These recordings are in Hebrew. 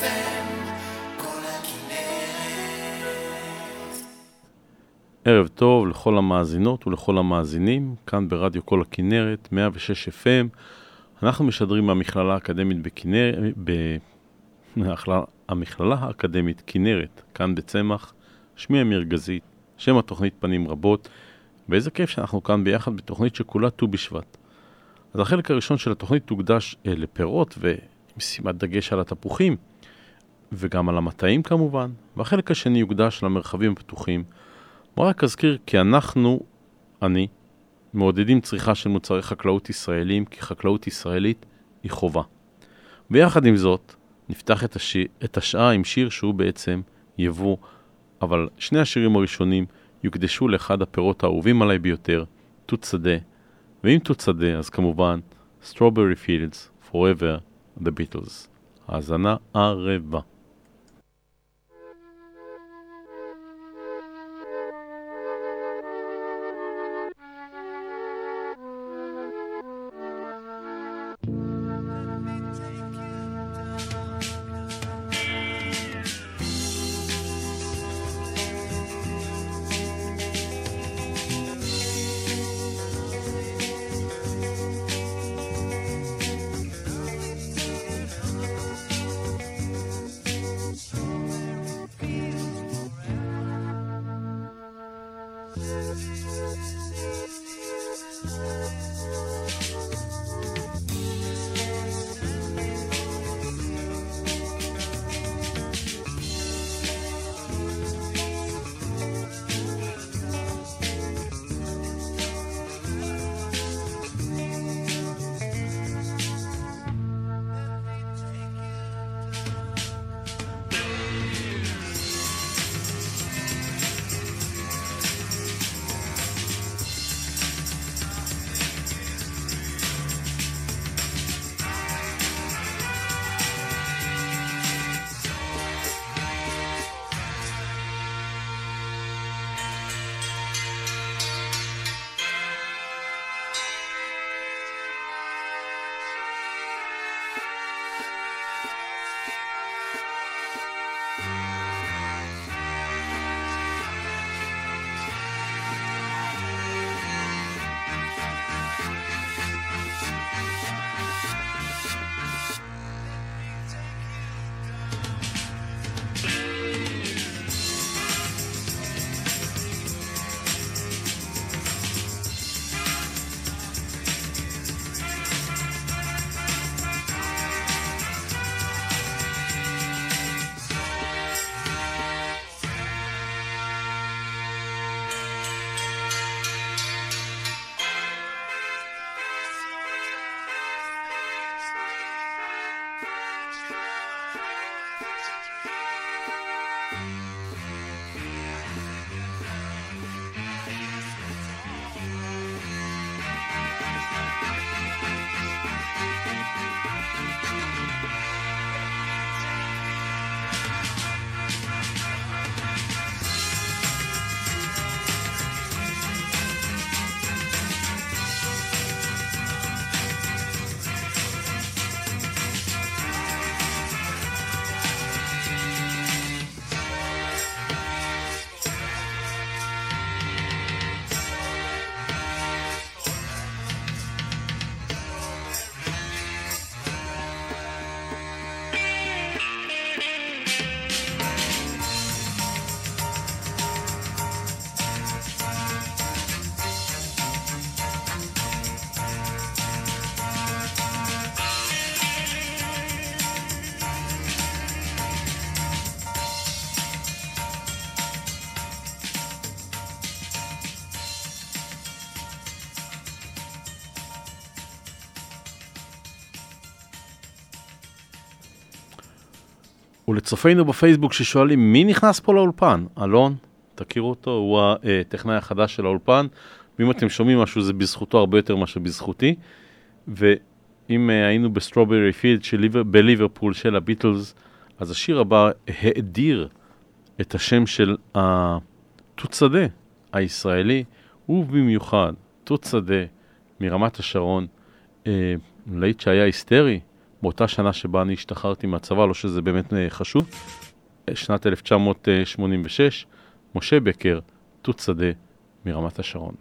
ערב טוב לכל המאזינות ולכל המאזינים, כאן ברדיו כל הכנרת, 106 FM. אנחנו משדרים מהמכללה האקדמית המכללה האקדמית כנרת, כאן בצמח, שמי אמיר גזית, שם התוכנית פנים רבות, ואיזה כיף שאנחנו כאן ביחד בתוכנית שכולה ט"ו בשבט. אז החלק הראשון של התוכנית תוקדש לפירות ומשימת דגש על התפוחים, וגם על המטעים כמובן, והחלק השני יוקדש למרחבים הפתוחים. רק אזכיר כי אני, מעודדים צריכה של מוצרי חקלאות ישראלים, כי חקלאות ישראלית היא חובה. ויחד עם זאת, נפתח את השעה עם שיר שהוא בעצם יבוא, אבל שני השירים הראשונים יוקדשו לאחד הפירות האהובים עליי ביותר, תות שדה, ואם תות שדה, אז כמובן, Strawberry Fields, Forever, The Beatles. האזנה ערבה. ולצופינו בפייסבוק ששואלים מי נכנס פה לאולפן, אלון, תכירו אותו, הוא הטכנאי החדש של האולפן, ואם אתם שומעים משהו זה בזכותו הרבה יותר מה שבזכותי, ואם היינו בסטרוברי פילד בליברפול של הביטלס, אז השיר הבא האדיר את השם של תות שדה הישראלי, ובמיוחד תות שדה מרמת השרון, להיט שהיה היסטרי, באותה שנה שבה אני השתחררתי מהצבא, לא שזה באמת חשוב, שנת 1986, משה בקר, תות שדה מרמת השרון.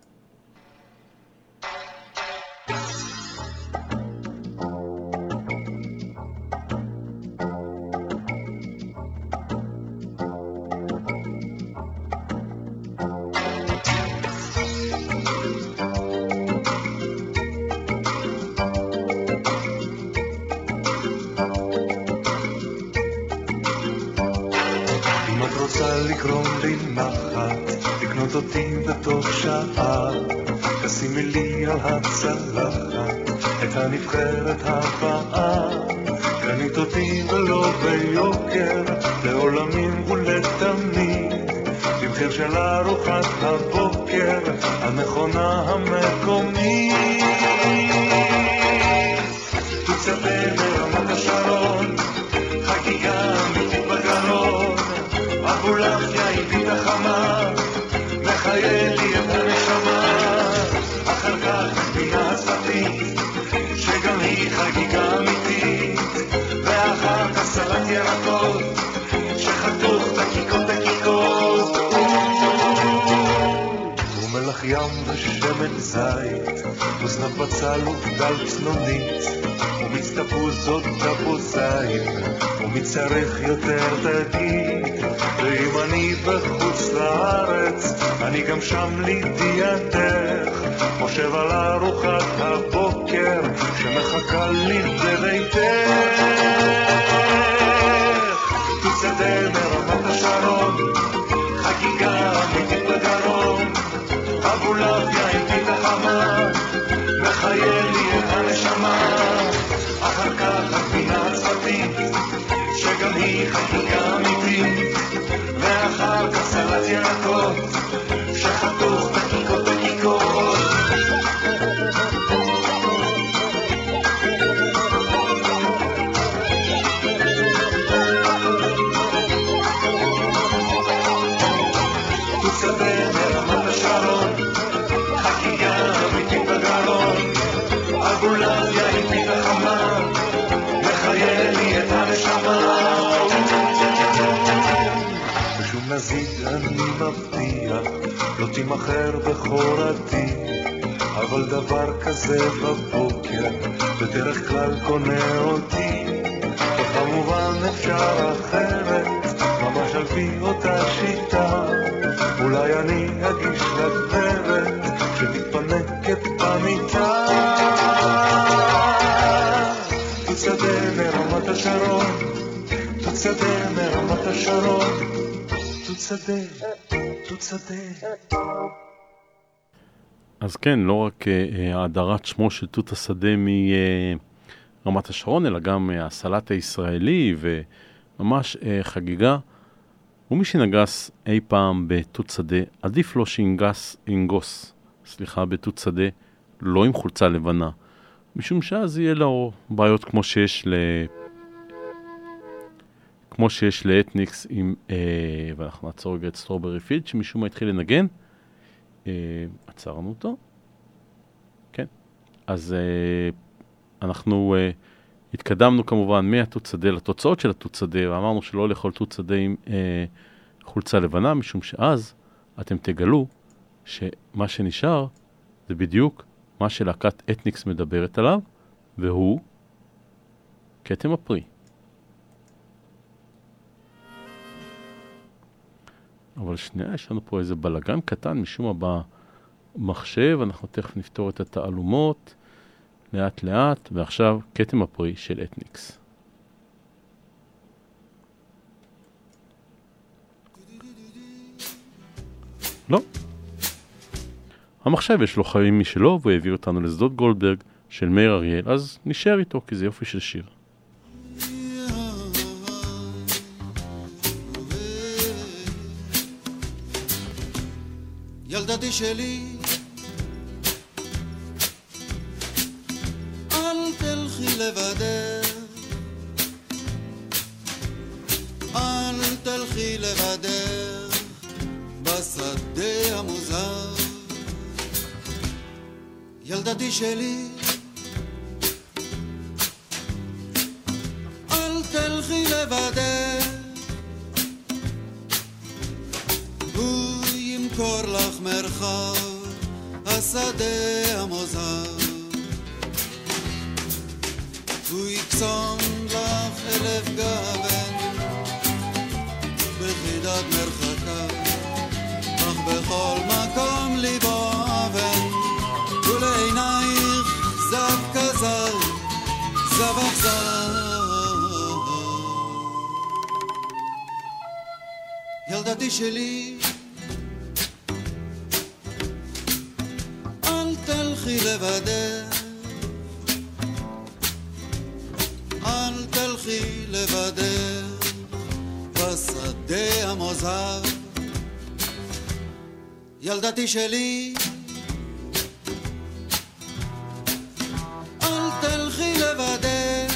לקרום לי נחת, לקנות אותי בתוך שעה, תשימי לי על הצלחת את הנבחרת הבאה, קנית אותי ולא ביוקר, לעולמים ולתמיד, במחיר של ארוחת הבוקר, המכונה המקומית. תוצאה ברמת השרון, חגיגה אמיתית בגרון, אבולח יין פיתה חמה, מחיה לי את הנשמה, אחר כך פינה שפתית, שגם היא חגיגה אמיתית, ואחר כך סלט ירקות, שחתוך תקיקות תקיקות, ומלח ים ושמן זית, וזנב בצל וגדל צנונית, ומיץ תפוזות תפוזיים, ומצריך יותר דגית, ואם אני בחוץ לארץ, אני גם שם לידיעתך, חושב על ארוחת הבוקר, שמחכה לי בביתך. תוצאה מרמת השרון, חגיגה אמיתית בגרון, אבולח יין פיתה חמה, מחיה לי את הנשמה, אחר כך הפינה הצפתית, שגם היא חגיגה אמיתית, ואחר כך סלט ירקות, שחתוך תקיקות תקיקות. תוצאה מרמת השרון, חגיגה אמיתית בגרון, אבולח יין פיתה חמה, מחיה לי את הנשמה. בשום נזיד אני מבטיח, לא תימחר בחורתי, אבל דבר כזה בבוקר, בדרך כלל קונה אותי, וכמובן אפשר אחרת, ממש על פי אותה שיטה, אולי אני אגיש לגברת, שמתפנקת במיטה. תוצאה מרמת השרון, תוצאה מרמת השרון, תוצאה. אז כן, לא רק העדרת שמו של תות השדה מרמת השרון, אלא גם הסלט הישראלי, וממש חגיגה. ומי שנגס אי פעם בתות שדה, עדיף לו שינגוס בתות שדה, לא עם חולצה לבנה, משום שאז יהיה לו בעיות כמו שיש לאתניקס, ואנחנו נעצור רגע את סטרוברי פילד, שמשום מה התחיל לנגן, עצרנו אותו, כן, אז אנחנו התקדמנו כמובן מהתות שדה לתוצאות של התות שדה, ואמרנו שלא לאכול תות שדה עם חולצה לבנה, משום שאז אתם תגלו שמה שנשאר זה בדיוק מה שלהקת אתניקס מדברת עליו, והוא כתם הפרי. אבל שנייה, יש לנו פה איזה בלגן קטן משום מה במחשב, אנחנו תכף נפתור את התעלומות לאט לאט, ועכשיו כתם הפרי של אתניקס. לא. המחשב יש לו חיים משלו, והוא העביר אותנו לשדות גולדברג של מאיר אריאל, אז נשאר איתו, כי זה יופי של שיר. ילדתי שלי, אל תלכי לבדך, אל תלכי לבדך בשדה המוזר. ילדתי שלי, תלכי לבדך, הוא ימכור לך מרחב השדה המוזר, הוא יקסום לך 1000 גוון בחידת מרחקה, אך בכל מקום ליבו אבן, ולעינייך זב כזר, זב אכזר. ילדתי שלי, אל תלכי לבדך, אל תלכי לבדך בשדה המוזר. ילדתי שלי, אל תלכי לבדך,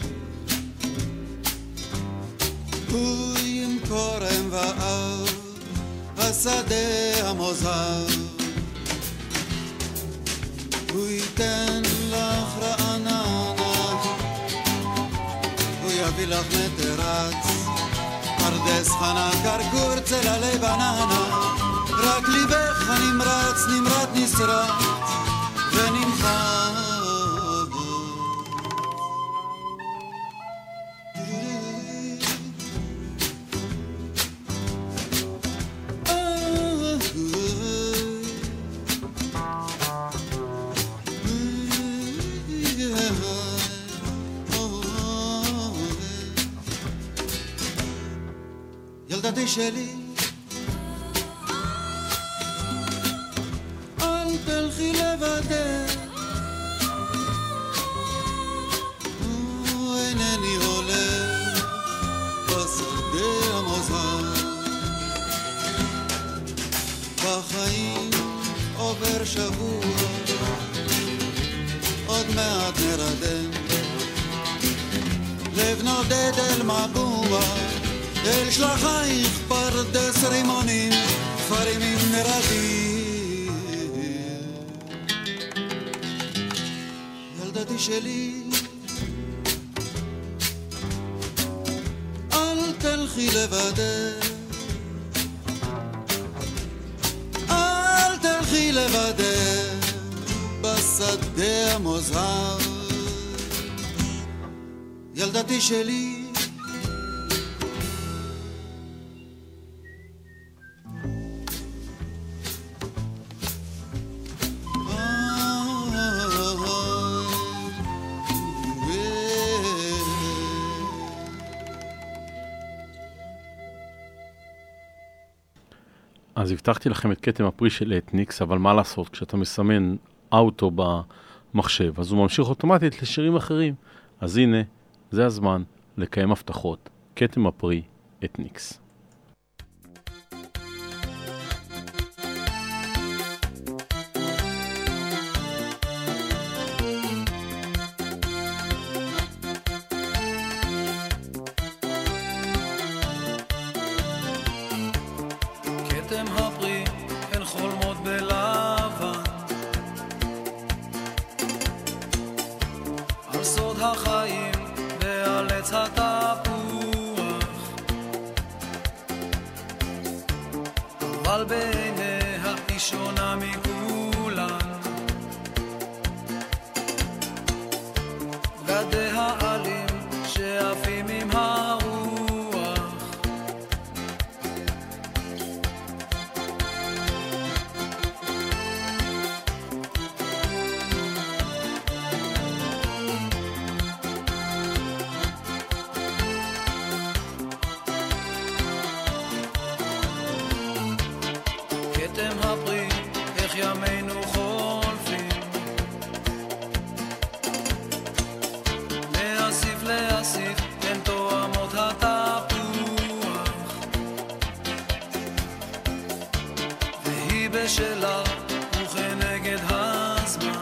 הוא ימכור אם ואב השדה המוזר, הוא ייתן לך רעננה, הוא יביא לך מטרץ, פרדס חנה, קרקור, צללי בננה, רק ליבך הנמרץ נמרט נסרט ונמחק. ילדתי שלי, אל תלכי לבדך, אינני הולך בשדה המוזר, בחיים עובר שבוע, עוד מעט נרדם, לב נודד אל מבוע, אל שלחייך פרדס רימונים, כפרים עם נרדים. ילדתי שלי, אל תלכי לבדך, אל תלכי לבדך בשדה המוזר. ילדתי שלי, אז הבטחתי לכם את כתם הפרי של אתניקס, אבל מה לעשות, כשאתה מסמן אוטו במחשב, אז הוא ממשיך אוטומטית לשירים אחרים. אז הנה, זה הזמן לקיים הבטחות. כתם הפרי, אתניקס. אבל בעיניה היא שונה מכולן, בגדיה עלים שעפים עם הרוח, כתם הפרי, איך ימינו חולפים, להסיף בין תואמות התפוח, והיא בשלה וכנגד הזמן,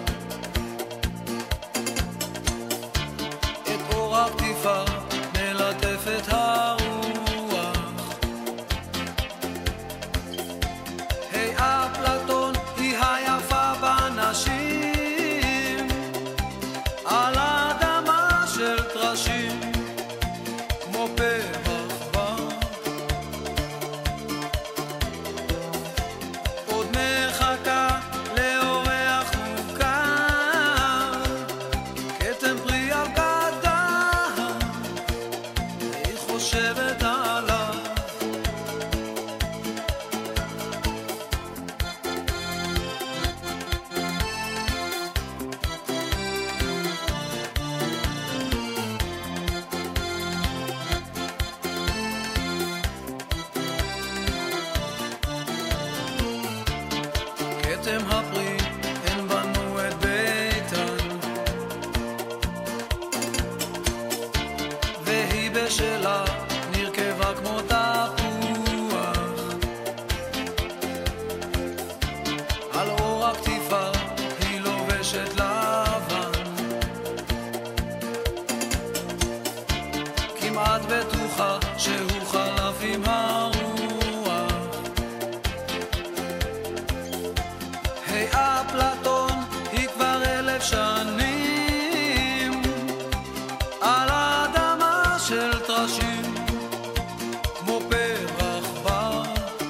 את אור הפתיפה מלטפת הרוח. אפלטון היא היפה בנשים, על האדמה של טרשים, פרח בר. עוד מחכה לאורח מוכר, כתם פרי על גדה, היא חושבת עליו. כתם הפרי הן בנו את ביתן, והיא בשלה נרכבה כמו תפוח, על אור הכתיפה היא לובשת לבן, כמעט בטוחה שהוא חלף עם הרוח. אפלטון היא כבר 1000 שנים על האדמה של טרשים, כמו פרח בר.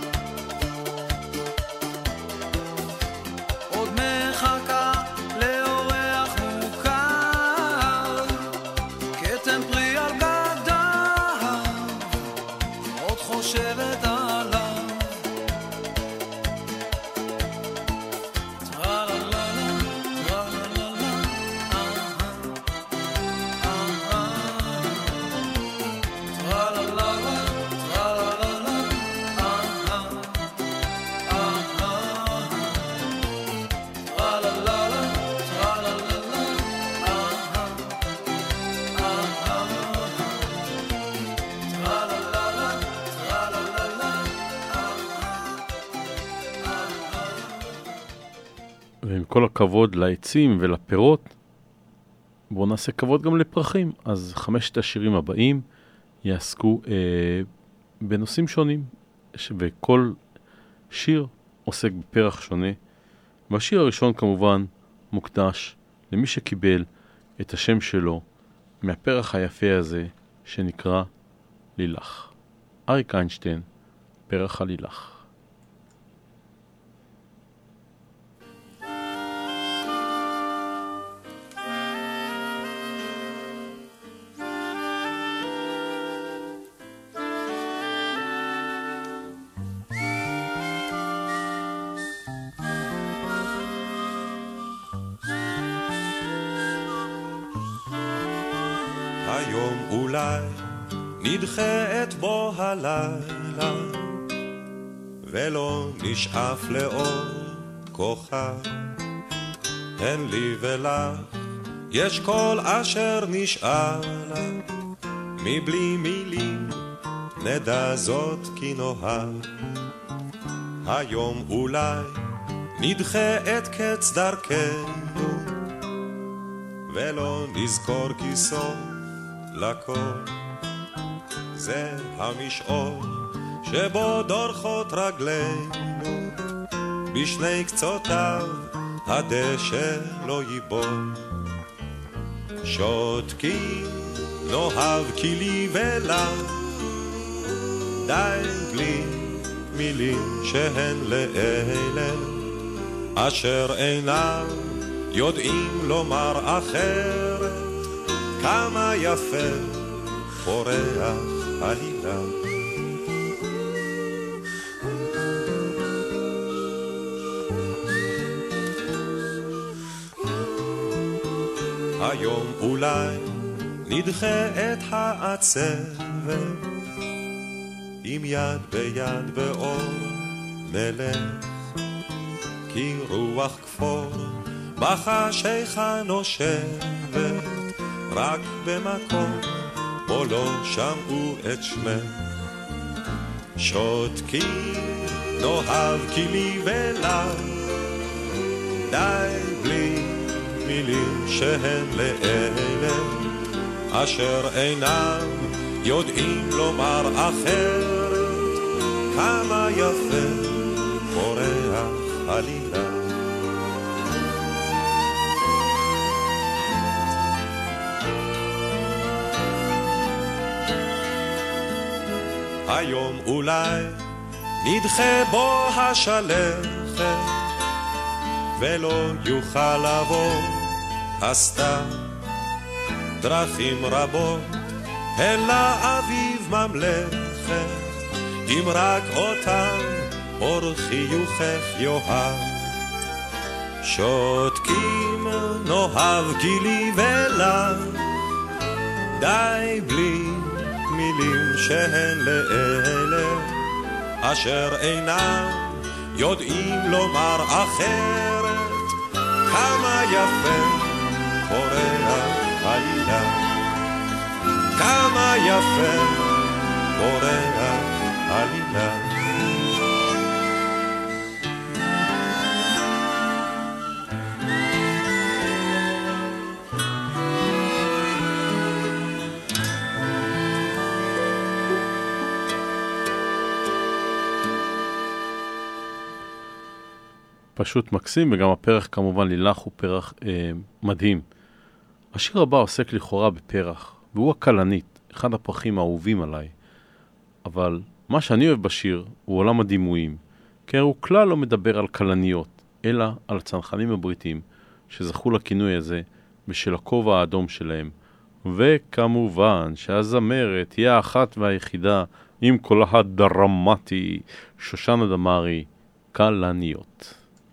עוד מחכה לאורח מוכר, כתם פרי על גדה, עוד חושבת עליו. ועם כל הכבוד לעצים ולפירות, בואו נעשה כבוד גם לפרחים. אז 5 השירים הבאים יעסקו בנושאים שונים, וכל שיר עוסק בפרח שונה. והשיר הראשון כמובן מוקדש למי שקיבל את השם שלו מהפרח היפה הזה שנקרא לילך. אריק איינשטיין, פרח הלילך. היום אולי נדחה את בו הלילה, ולא נשאף לאור כוכב. הן לי ולך יש כל אשר נשאר לה, מבלי מילים נדע זאת כי נוהג. היום אולי נדחה את קץ דרכנו, ולא נזכור כי סוף לכל זה המשעול שבו דורכות רגלינו, בשני קצותיו הדשא לא ייבול. שותקים נאהב כי לי ולך, די בלי מילים שהן לאלה אשר אינם יודעים לומר אחרת. כמה יפה פורח הלילך. היום אולי נדחה את העצבת, עם יד ביד באור נלך, כי רוח כפור בחשיכה נושבת, רק במקום בו לא שמעו את שמך. שותקים נאהב כי לי ולך, די בלי מילים שהן לאלה אשר אינם יודעים לומר אחרת. כמה יפה פורח הלילה. היום אולי נדחה בו השלכת ולא יוכל לבוא הסתם דרכים רבות אל האביב ממלכת אם רק אותם אור חיוכך יאהב שותקים נאהב גילי ולך די בלי מילים שהן לאלה אשר אינם יודעים לומר אחרת כמה יפה קורא עלילה כמה יפה קורא עלילה פשוט מקסים, וגם הפרח כמובן לילך הוא פרח מדהים. השיר הבא עוסק לכאורה בפרח, והוא הכלנית, אחד הפרחים האהובים עליי. אבל מה שאני אוהב בשיר הוא עולם הדימויים, כי הוא כלל לא מדבר על כלניות, אלא על צנחנים הבריטים, שזכו לכינוי הזה בשל הכובע האדום שלהם. וכמובן שהזמרת היא האחת והיחידה עם קולה הדרמטי, שושנה דמארי, כלניות.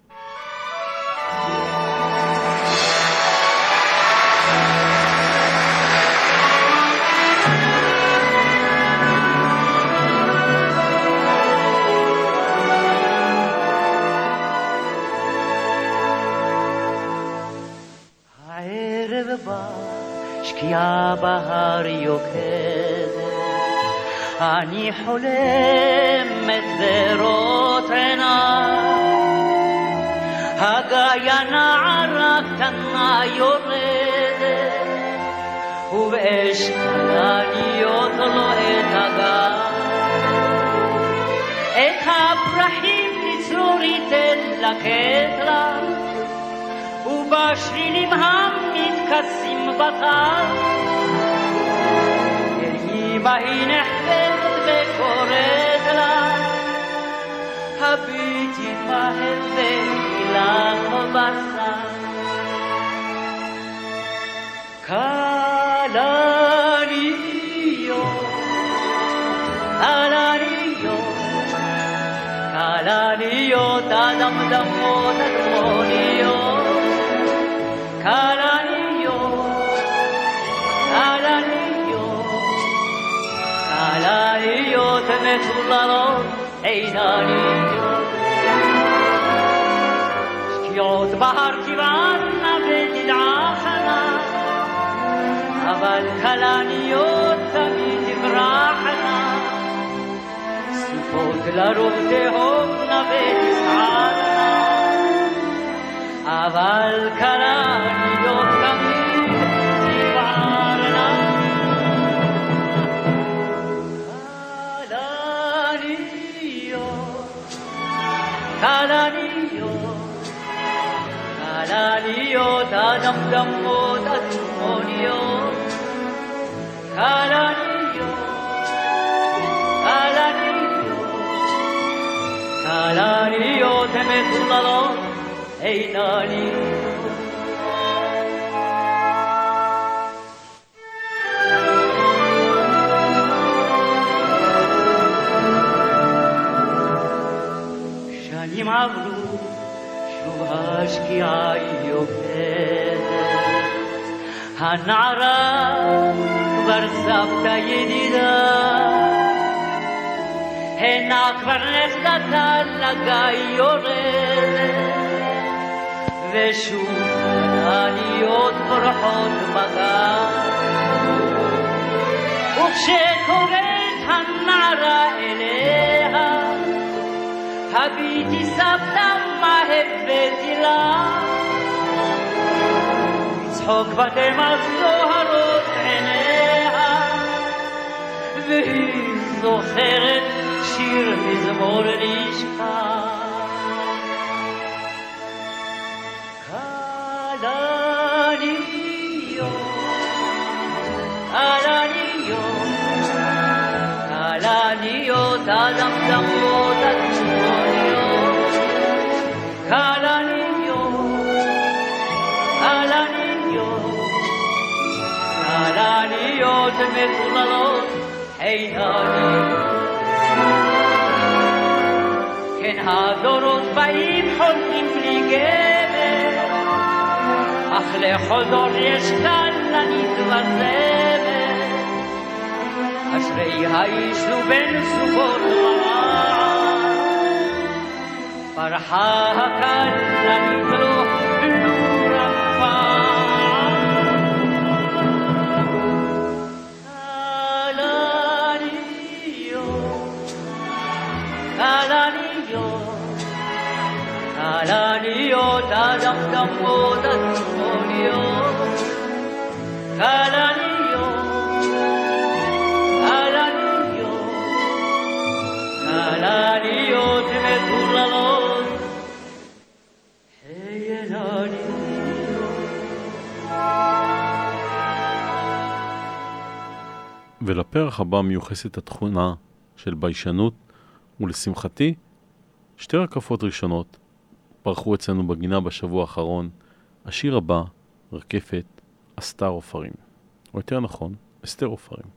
שקיעה בהר יוקדת אני חולמת דרות עיניי הגיה נערה קטנה יורדת ובאש כלניות לוהט הגיא את הפרחים לצרורית לקט לה ובשבילים המתכסים בטל אל אימא היא נחברת וקוראת לה הביטי בהבאתי לך בשר כלניות כלניות כלניות הדמדמות הדמוניות כלניות מצוללות עינניות שקיעות בהר טבענה ותדעכנה אבל כלניות תמיד תברחנה סופות לרוב תהומנה ותסעדנה אבל כלניות תמיד תבערנה כלניות הדמדמות הצפוניות כלניות מצוללות עינניות שנים עברו שוב השקיעה יוקדת הנערה כבר סבתא ידידה הנה כבר נכדתה לגיא יורדת ושוב כלניות פורחות בגן וכשקוראת הנערה אליה הביטי סבתא מה הבאתי לה לצחוק בדמע זוהרות עיניה והיא זוכרת שיר מזמור נשכח כלניות הדמדמות הצפוניות, כלניות מטוללות עיניים. כן הדורות באים חולקים בלי גבר, אך לכל דור יש כלנית וזמר. אשרי האיש ובן זוגו דמעה, פרחה הכלנית לו רפה. כלניות הדמדמות הצפוניות, כלניות מטוללות ילניות. ולפרח הבא מיוחסת התכונה של ביישנות, ולשמחתי שתי רקפות ראשונות פרחו אצלנו בגינה בשבוע האחרון. השיר הבא, רקפת אסתר עופרים, או יותר נכון, אסתר עופרים.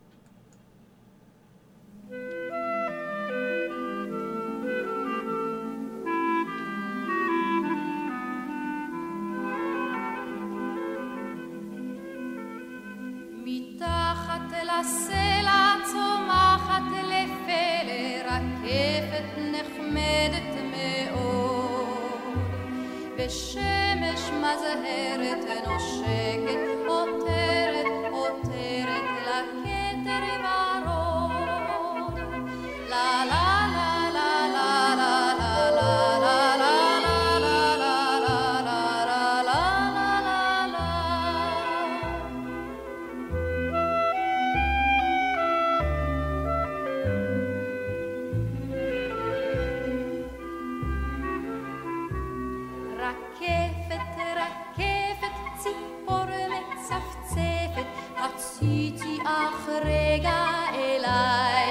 מתחת לסלע צומחת לפלא רקפת נחמדת מאוד, בשמש מזהרת נושקת, עותרת לכתר ורוד. לה לה לה לה לה לה לה לה לה רגע אליי,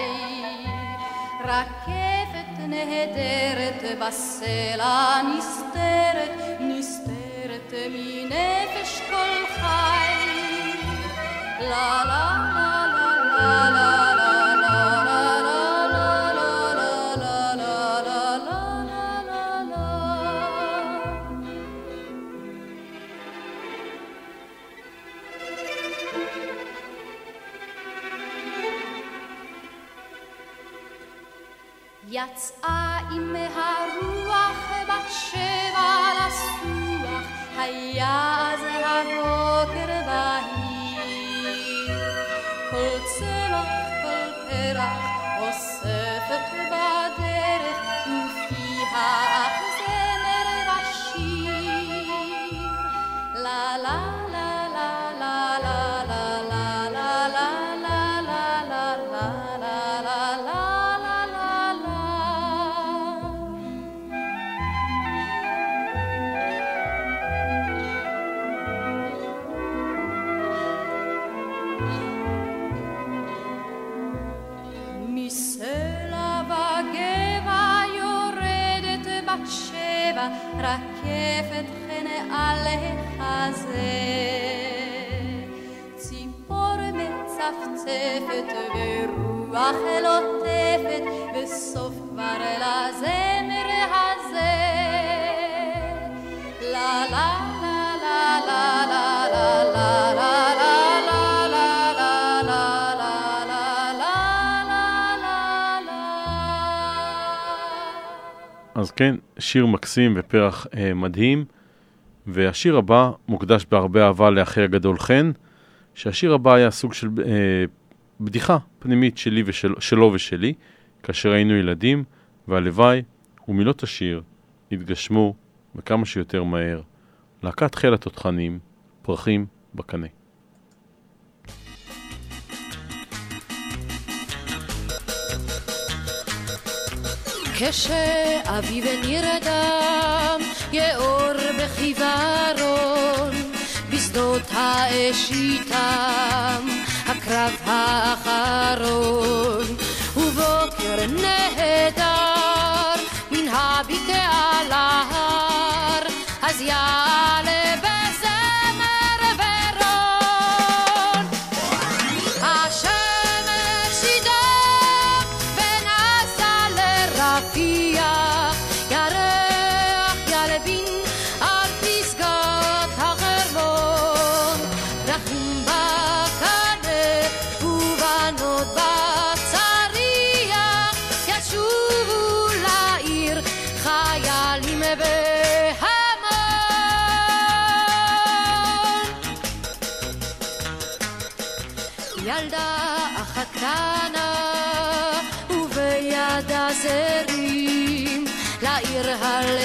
רקפת נהדרת בסלע נסתרת מנפש כל חי. לה לה לה לה לה לה יצאה עם הרוח בת 7 לסוח, היה אז הבוקר בהיר. כל צמח, כל פרח אוספת בדרך, ופיה אך זמר ושיר. לה לה לה לה לה לה לה לה לה רקפת חן על החזה, ציפור מצפצפת ורוח לוטפת, בסוף כבר לזמר הזה. לה לה לה לה לה לה לה לה אז כן, שיר מקסים ופרח מדהים, והשיר הבא מוקדש בהרבה אהבה לאחי הגדול חן, שהשיר הבא היה סוג של בדיחה פנימית שלי ושלו ושלי, כאשר היינו ילדים, והלוואי ומילות השיר התגשמו וכמה שיותר מהר. להקת חיל התותחנים, פרחים בקנה. כשאביב נרדם יאור בחיוורון, בשדות האש איתם הקרב האחרון, ובוקר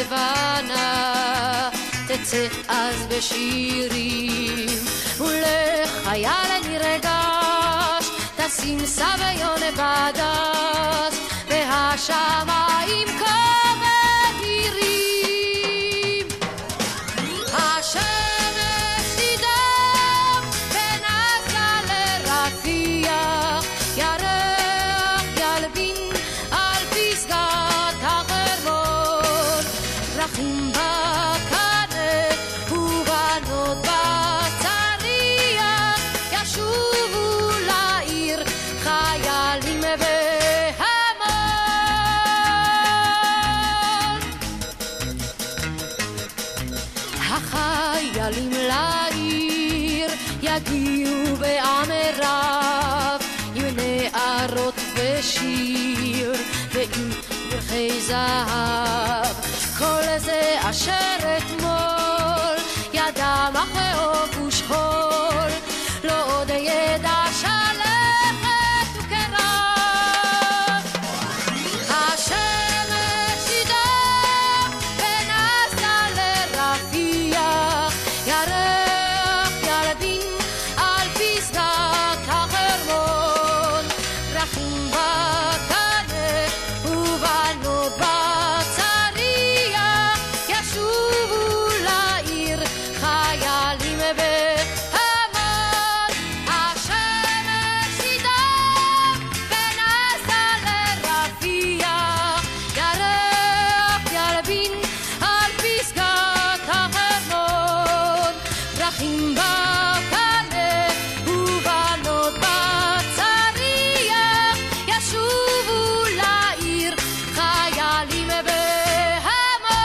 לבנה תצא אז בשירים ולחייל נרגש תשים סביון בדש והשמיים כבהירים השמש תדאג ונסע לרפיח ירח ילבין על פסגת החרמון דרכים בקנה ובנות בצריח ישובו לעיר חיילים בהמון החיילים לעיר יגיעו בעם רב עם נערות ושיר ועם פרחי זהב כל זה אשר אתמול ידע מחאוב ושכול לא עוד ידע שלכת וקרב השמש תדאג ונסע לרפיח ירח ילבין על פסגת החרמון דרכים בקנה ובנות בצריח ישובו לעיר חיילים בהמון השמש תדאג ונסע לרפיח ירח ילבין על פסגת החרמון דרכים בקנה ובנות בצריח ישובו לעיר חיילים בהמון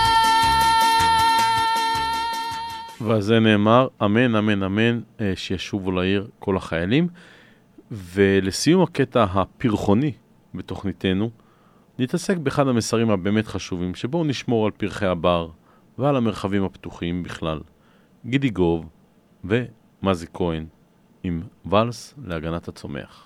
ועל זה נאמר, אמן, אמן, אמן, שישובו לעיר כל החיילים. ולסיום הקטע הפרחוני בתוכניתנו, נתעסק באחד המסרים הבאמת חשובים, שבו נשמור על פרחי הבר ועל המרחבים הפתוחים בכלל. גידי גוב ומזי כהן עם ולס להגנת הצומח.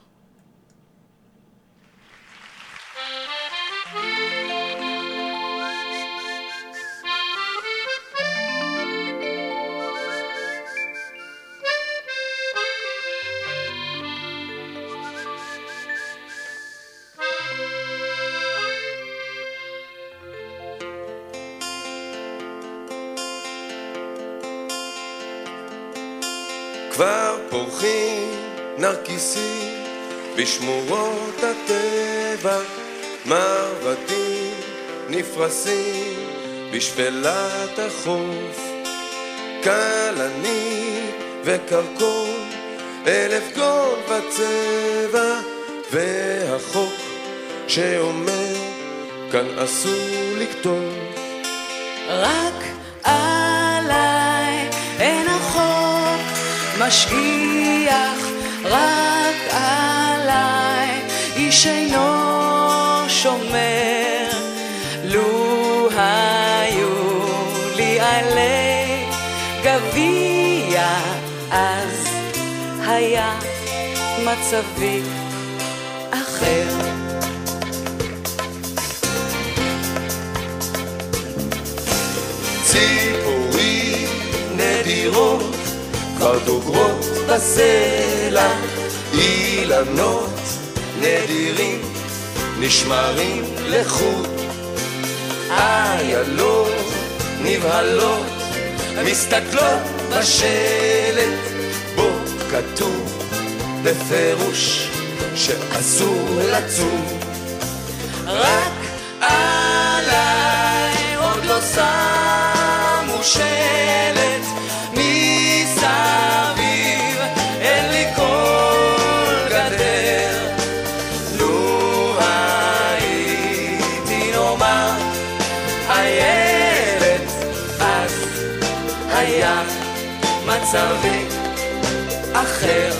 כבר פורחים נרקיסים בשמורות הטבע, מרבדים נפרסים בשפלת החוף, כלנית וקרקון, 1000 גול בצבע, והחוק שאומר כאן אסור לכתוב. רק עליי אין החוק משגיח, רק עליי איש אינו שומר. לו היו לי עלי גביע, אז היה מצבי אחר. ציפורים נדירות כבר דוגרות בסלע, אילנות נדירים נשמרים לחוט, איילות נבהלות מסתכלות בשלט, בו כתוב בפירוש שאסור לצום. רק עליי עוד לא שמו שלט, מסביב אין לי כל גדר. לו הייתי נאמר הילד, אז היה מצבי אחר.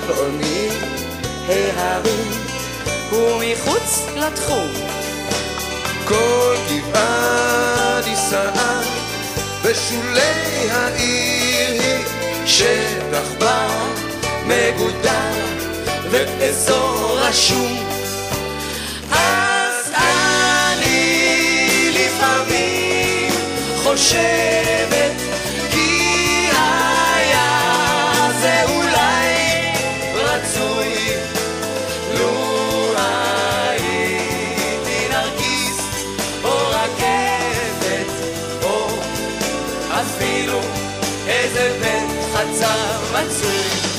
צבעוני ההרים ומחוץ לתחום כל גבעה נישאה בשולי העיר היא שטח בר מגודר ואזור רשום אז אני לפעמים חושבת כי היה זה אולי רצוי לו הייתי נרגיס או רכבת או אפילו איזה בן חצר מצוי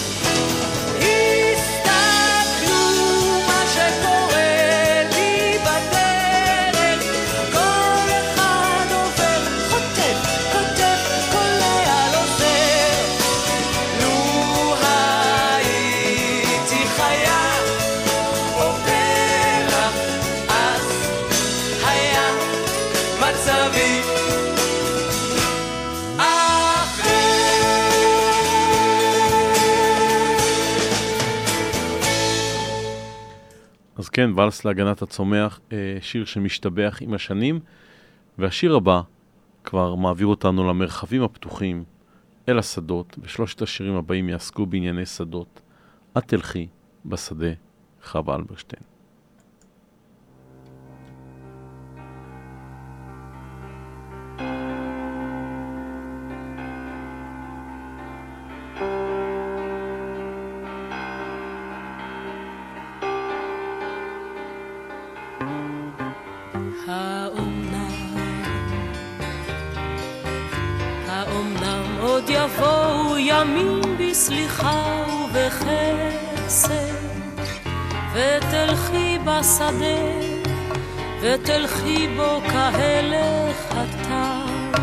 אז כן, ולס להגנת הצומח, שיר שמשתבח עם השנים, והשיר הבא כבר מעביר אותנו למרחבים הפתוחים, אל השדות, ושלושת השירים הבאים יעסקו בענייני שדות. את תלכי בשדה, חווה אלברשטיין. האומנם עוד יבואו ימים בסליחה ובחסד ותלכי בשדה ותלכי בו כהלך הטל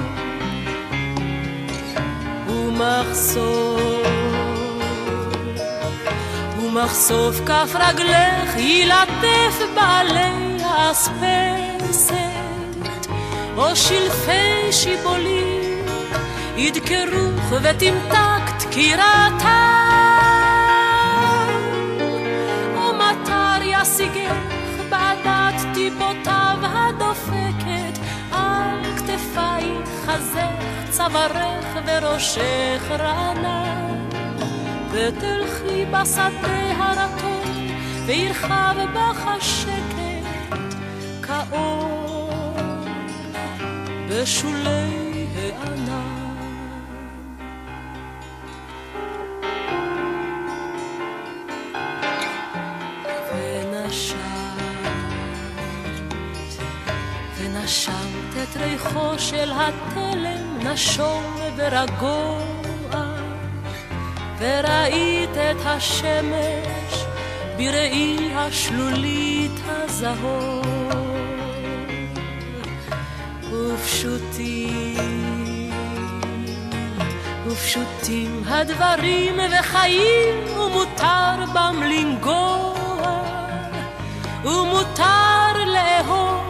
ומחשוף כף רגלך ילטף בעלי האספסת או שלפי שיבולים ידקרוך ותמתק תקירתם או מטר ישיגך בעדת טיפותיו הדופקת על כתפייך חזך צווארך וראשך רענן ותלכי בשדה הרטון וירחב בך השקט כאור בשולי הענן ונשמת את ריחו של התלם נשום ורגוע וראית את השמש בראי השלולית הזהור ופשוטים הדברים וחיים ומותר בם לנגוע ומותר לאהוב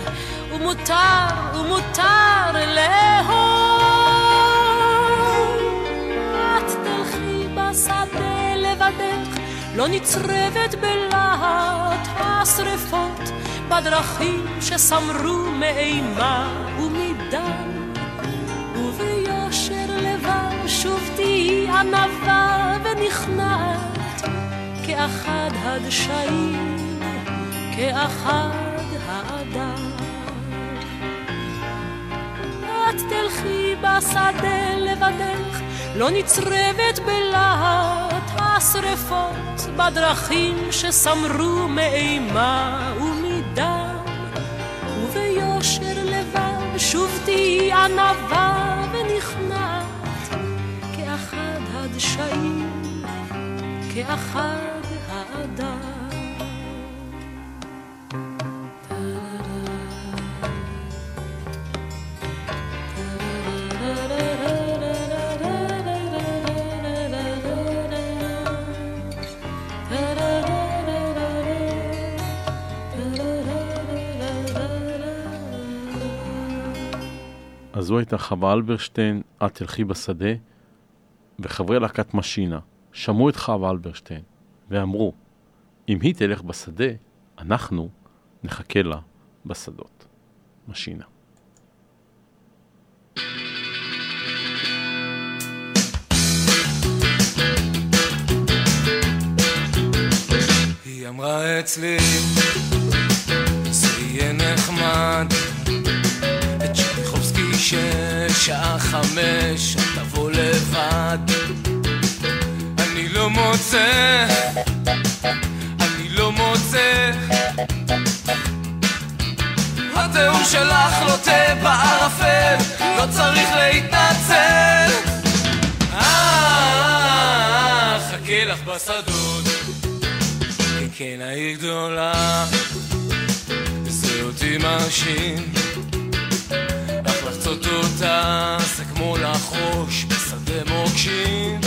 ומותר לאהוב את תלכי בשדה לבדך לא נצרבת בלהט השרפות בדרכים שסמרו מאימה ומדם וביושר לבב שוב תהי ענווה ונכנעת כאחד הדשאים כאחד האדם את תלכי בשדה לבדך לא נצרבת בלהט השרפות בדרכים שסמרו מאימה ומדם וביושר לבב שוב תהי ענווה ונכנעת כאחד הדשאים כאחד האדם אז זו הייתה חווה אלברשטיין, את תלכי בשדה, וחברי להקת משינה, שמעו את חווה אלברשטיין ואמרו, אם היא תלך בשדה, אנחנו נחכה לה בשדות. משינה. היא אמרה אצלי, זה יהיה נחמד, את צ'רניחובסקי ששעה 5, את תבוא לבד. אני לא מוצא, אני לא מוצא, התיאור שלך לוטה בערפל, לא צריך להתנצל. חכה לך בשדות, כן העיר גדולה, זה אותי מרשים, אך לחצות אותה זה כמו לחרוש בשדה מוקשים.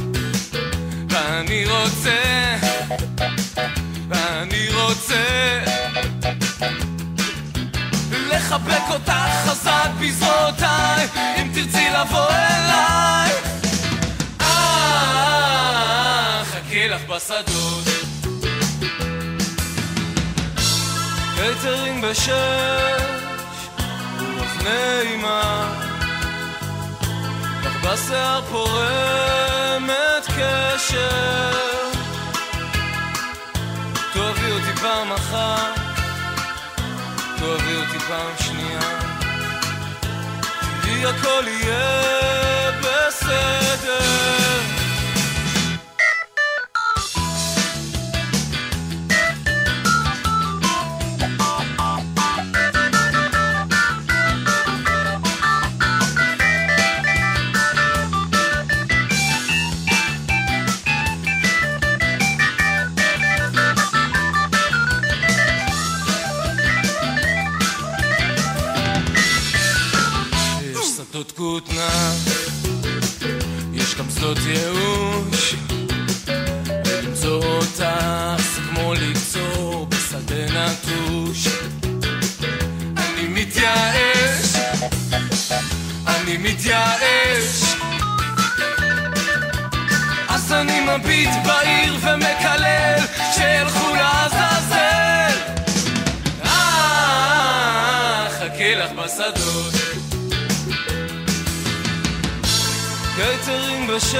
ואני רוצה, ואני רוצה לחבק אותך חזק בזרועותיי, אם תרצי לבוא אליי. חכה לך בשדות, קייטרינג ב6, רוח נעימה, לך בשיער פורמת קשר. תאהבי אותי פעם אחת, תאהבי אותי פעם שנייה, תראי הכל יהיה בסדר. כותנה, יש גם שדות ייאוש, ולמצוא אותך זה כמו לקצור בשדה נטוש. אני מתייאש, אני מתייאש, אז אני מביט בעיר ומקלל שילכו לעזאזל. חכה לך בשדות, קייטרינג ב6,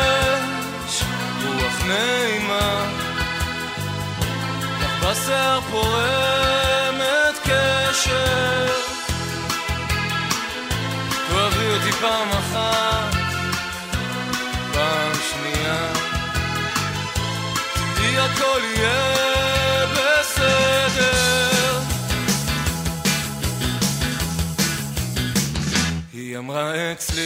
רוח נעימה, לך בשיער פורמת קשר. תאהבי אותי פעם אחת, פעם שנייה, תראי הכל יהיה בסדר. היא אמרה אצלי,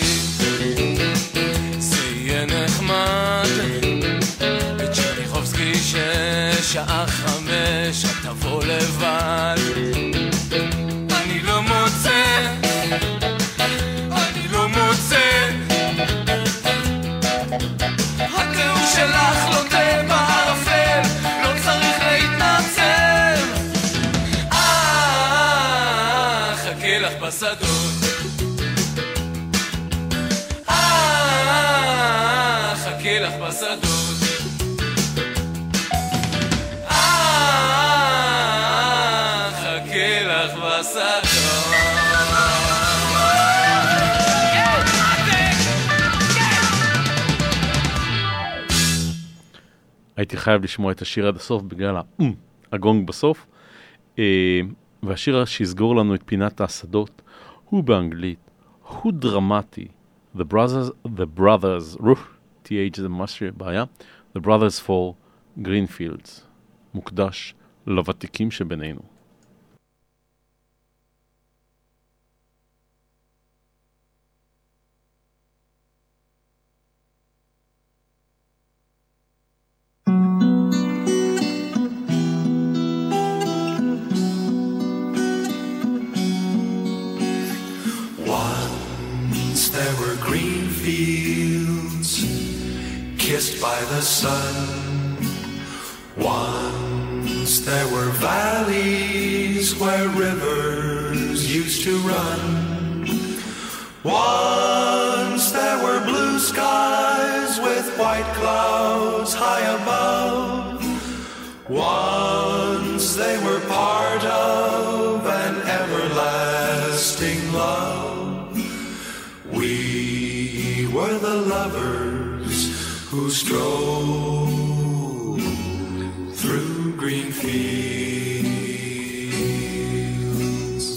זה יהיה נחמד, את צ'רניחובסקי ששעה 5, את תבוא לבד. אני לא מוצא, אני לא מוצא, התיאור שלך לוטה בערפל, לא צריך להתנצל. חכה לך בשדות, חכה לך בשדות, חכה לך בשדות. הייתי חייב לשמוע את השיר עד הסוף בגלל הגונג בסוף, והשיר שיסגור לנו את פינת השדות הוא באנגלית, הוא דרמטי. The brothers, TH זה ממש בעיה, The brothers for Greenfields, מוקדש לוותיקים שבינינו. There were green fields kissed by the sun. Once there were valleys where rivers used to run. Once there were blue skies with white clouds Once they were part of an everlasting love. We were the lovers who strolled through green fields.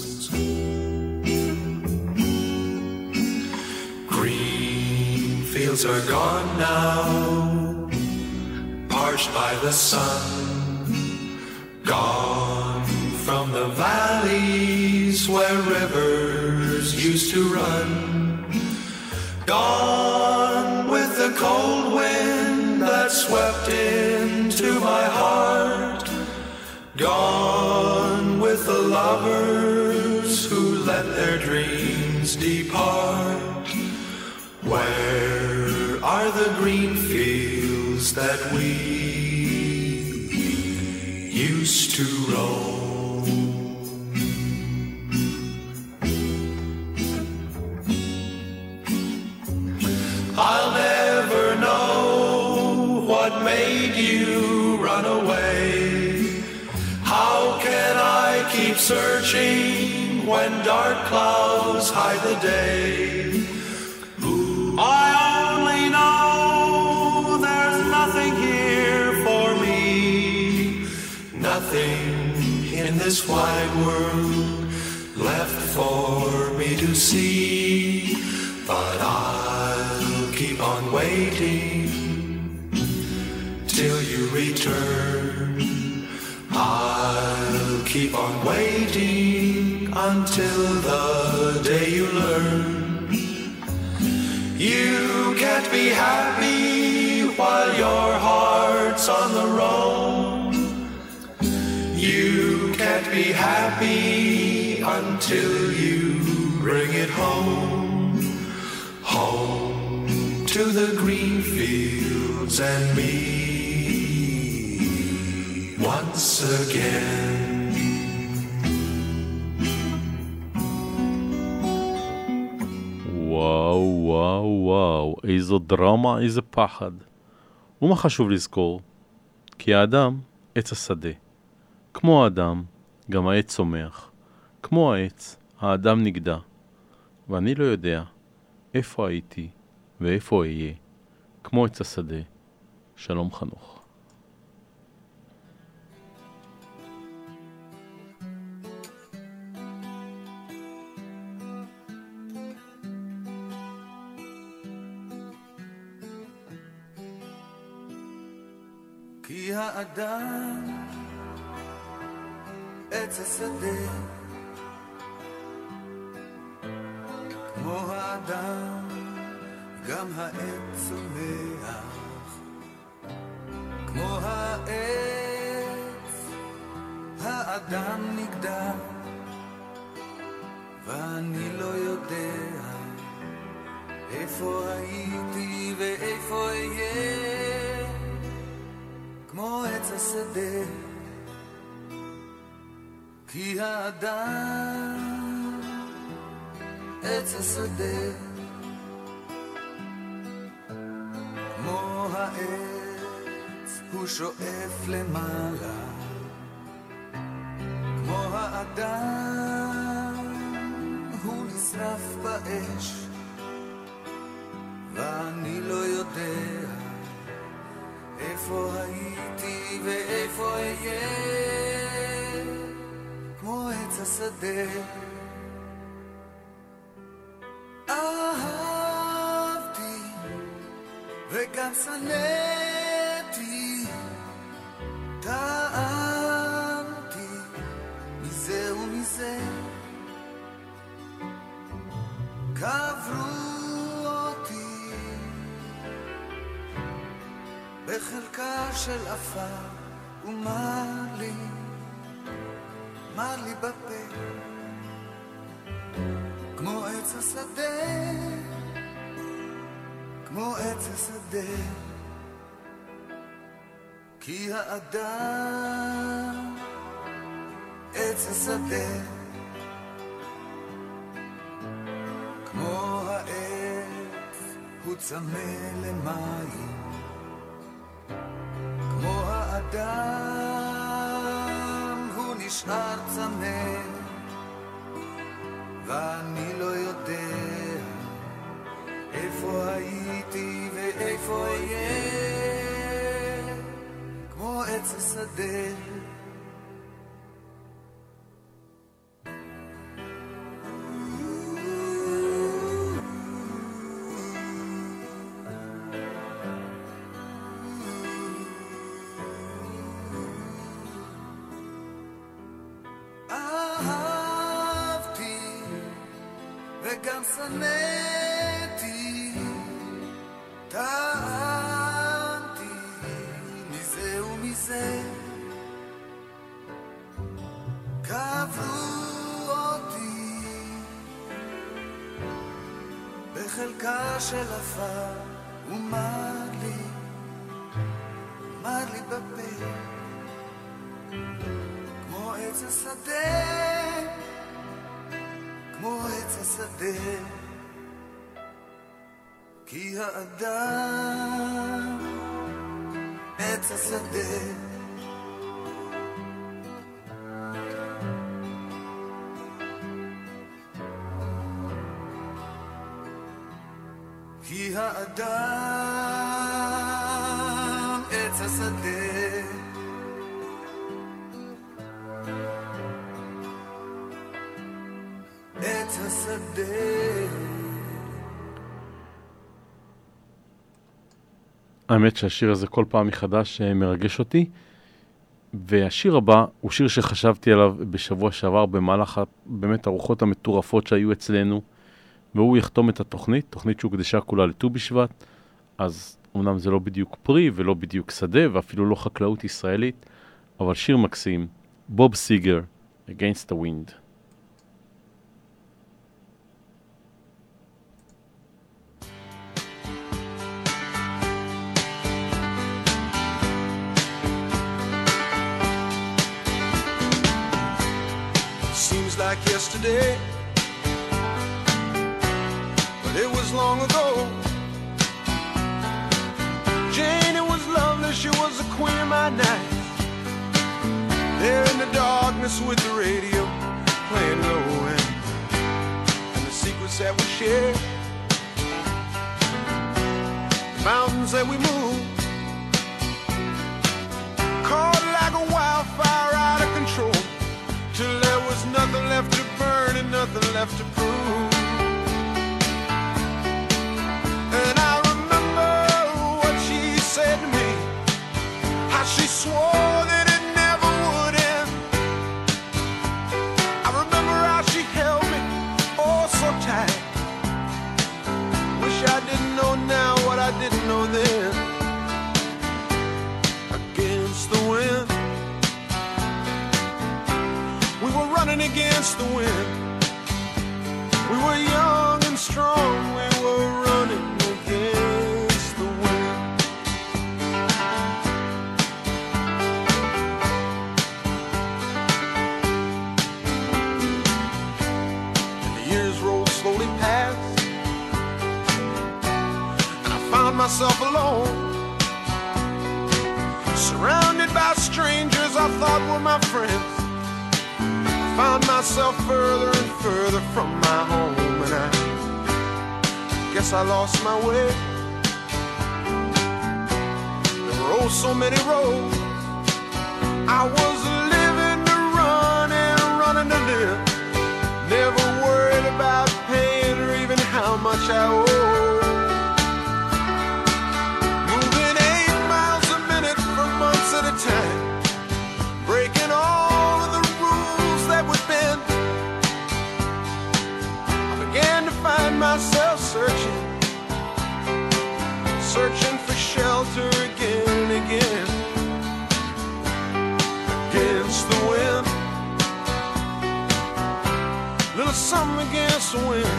Green fields are gone now, parched by the sun. Gone from the valleys where rivers used to run. Gone with the cold wind that swept into my heart. Gone with the lovers who let their dreams depart. Where are the green fields that we used to roam? I'll never know what made you run away. How can I keep searching when dark clouds hide the day? I only know there's nothing here for me, nothing in this wide world left for me to see. But I'll keep on waiting till you return. I'll keep on waiting until the day you learn. You can't be happy while your heart's on the road. You can't be happy until you bring it home. Home to the green fields and me once again. וואו, וואו, וואו, איזו דרמה, איזה פחד. ומה חשוב לזכור? כי האדם עץ השדה. כמו האדם, גם העץ צומח. כמו העץ, האדם נגדע. ואני לא יודע איפה הייתי ואיפה אהיה. כמו עץ השדה. שלום חנוך. כי האדם עץ השדה, כמו האדם גם העץ צומח, כמו העץ האדם נגדע, ואני לא יודע איפה הייתי ואיפה אהיה. כמו עץ השדה, כי האדם עץ השדה, כמו העץ הוא שואף למעלה, כמו האדם הוא נשרף באש, ואני לא יודע איפה הייתי ואיפה אהיה. כמו עץ השדה, אהבתי וגם שנאתי, טעמתי מזה ומזה, קברו אותי בחלקה של עפר, ומר לי בפה, כמו עץ השדה, כמו עץ השדה, כי האדם עץ השדה, כמו העץ הוא צמא למים, כמו האדם האדם הוא נשאר צמא, ואני לא יודע איפה הייתי ואיפה אהיה, כמו עץ השדה. וגם שנאתי, טענתי מזה ומזה, קבעו אותי בחלקה של עפר, ומר לי בפה, כמו עץ השדה, כמו עץ השדה, כי האדם עץ השדה. כי האדם עץ השדה. עץ השדה. האמת שהשיר הזה כל פעם מחדש מרגש אותי, והשיר הבא הוא שיר שחשבתי עליו בשבוע שעבר במהלך באמת הרוחות המטורפות שהיו אצלנו, והוא יחתום את התוכנית, תוכנית שהוקדשה כולה לט"ו בשבט, אז אומנם זה לא בדיוק פרי ולא בדיוק שדה ואפילו לא חקלאות ישראלית, אבל שיר מקסים, בוב סיגר, Against the Wind. Seems like yesterday, but it was long ago. Jane, it was lovely, she was the queen of my night. There in the darkness with the radio playing low end, and the secrets that we shared, the mountains that we moved, caught like a wildfire out of control, till there was nothing left to burn and nothing left to prove. And I remember what she said to me, how she swore that it never would end. I remember how she held me oh so tight. Wish I didn't know now what I didn't know then. Against the wind, we were running against the wind. We were young and strong, we were running against the wind. And the years rolled slowly past, and I found myself alone, surrounded by strangers I thought were my friends. Found myself further and further from my home, and I guess I lost my way. There were oh so many roads. I was living to run and running to live, never worried about paying or even how much I owed. Moving 8 miles a minute for months at a time, breaking all of the rules that would bend. I began to find myself searching for shelter again and again. Against the wind, little something against the wind.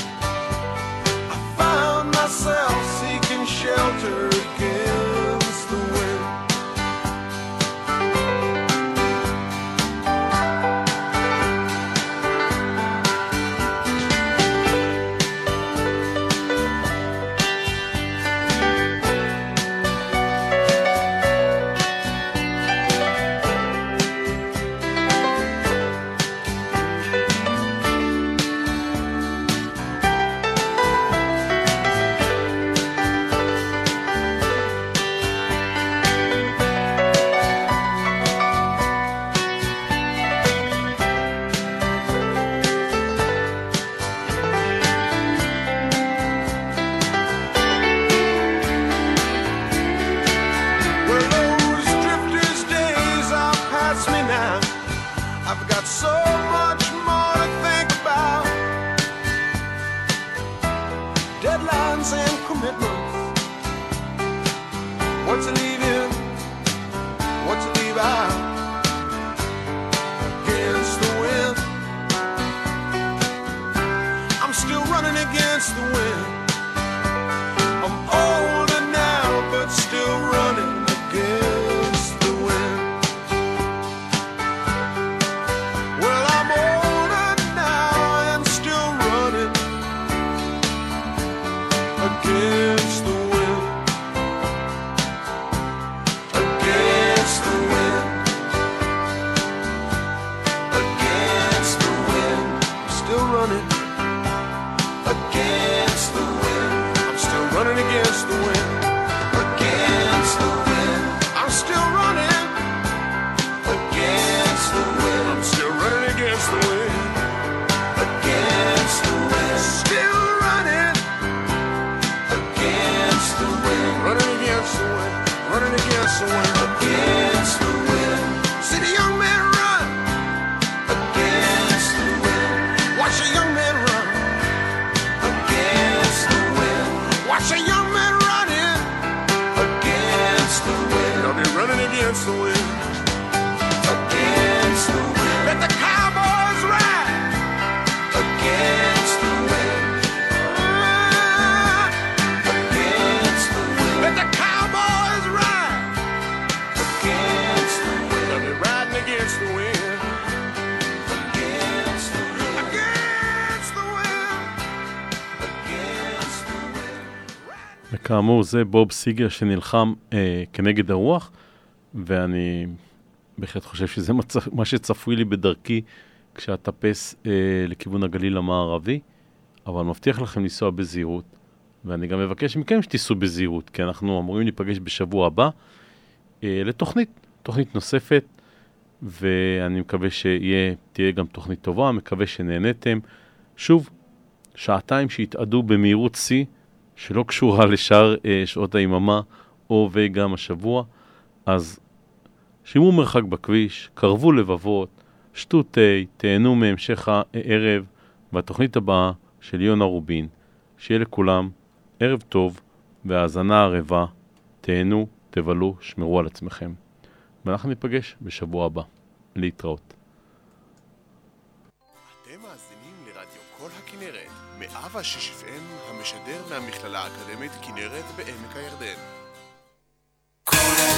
I found myself seeking shelter against the wind. the wind. Against the wind. Let the cowboys ride. Against the wind. Against the wind. Let the cowboys ride. Against the wind. They're riding against the wind. Against the wind. Against the wind. Against the wind. וכאמור זה בוב סיגר שנלחם כנגד הרוח, ואני בהחלט חושב שזה מה שצפוי לי בדרכי כשאטפס לכיוון הגליל המערבי, אבל מבטיח לכם לנסוע בזהירות, ואני גם מבקש מכם שתיסעו בזהירות, כי אנחנו אמורים להיפגש בשבוע הבא תוכנית נוספת, ואני מקווה שתהיה גם תוכנית טובה, מקווה שנהנתם. שוב, שעתיים שהתעדו במהירות C, שלא קשורה לשאר שעות היממה או וגם השבוע, אז שימו מרחק בכביש, קרבו לבבות, שתו תה, תהנו מהמשך הערב, והתוכנית הבאה של יונה רובין, שיהיה לכולם ערב טוב והאזנה ערבה, תהנו, תבלו, שמרו על עצמכם. ואנחנו ניפגש בשבוע הבא. להתראות. אתם מאזינים לרדיו כל הכנרת, 106 FM המשדר מהמכללה האקדמית כנרת בעמק הירדן.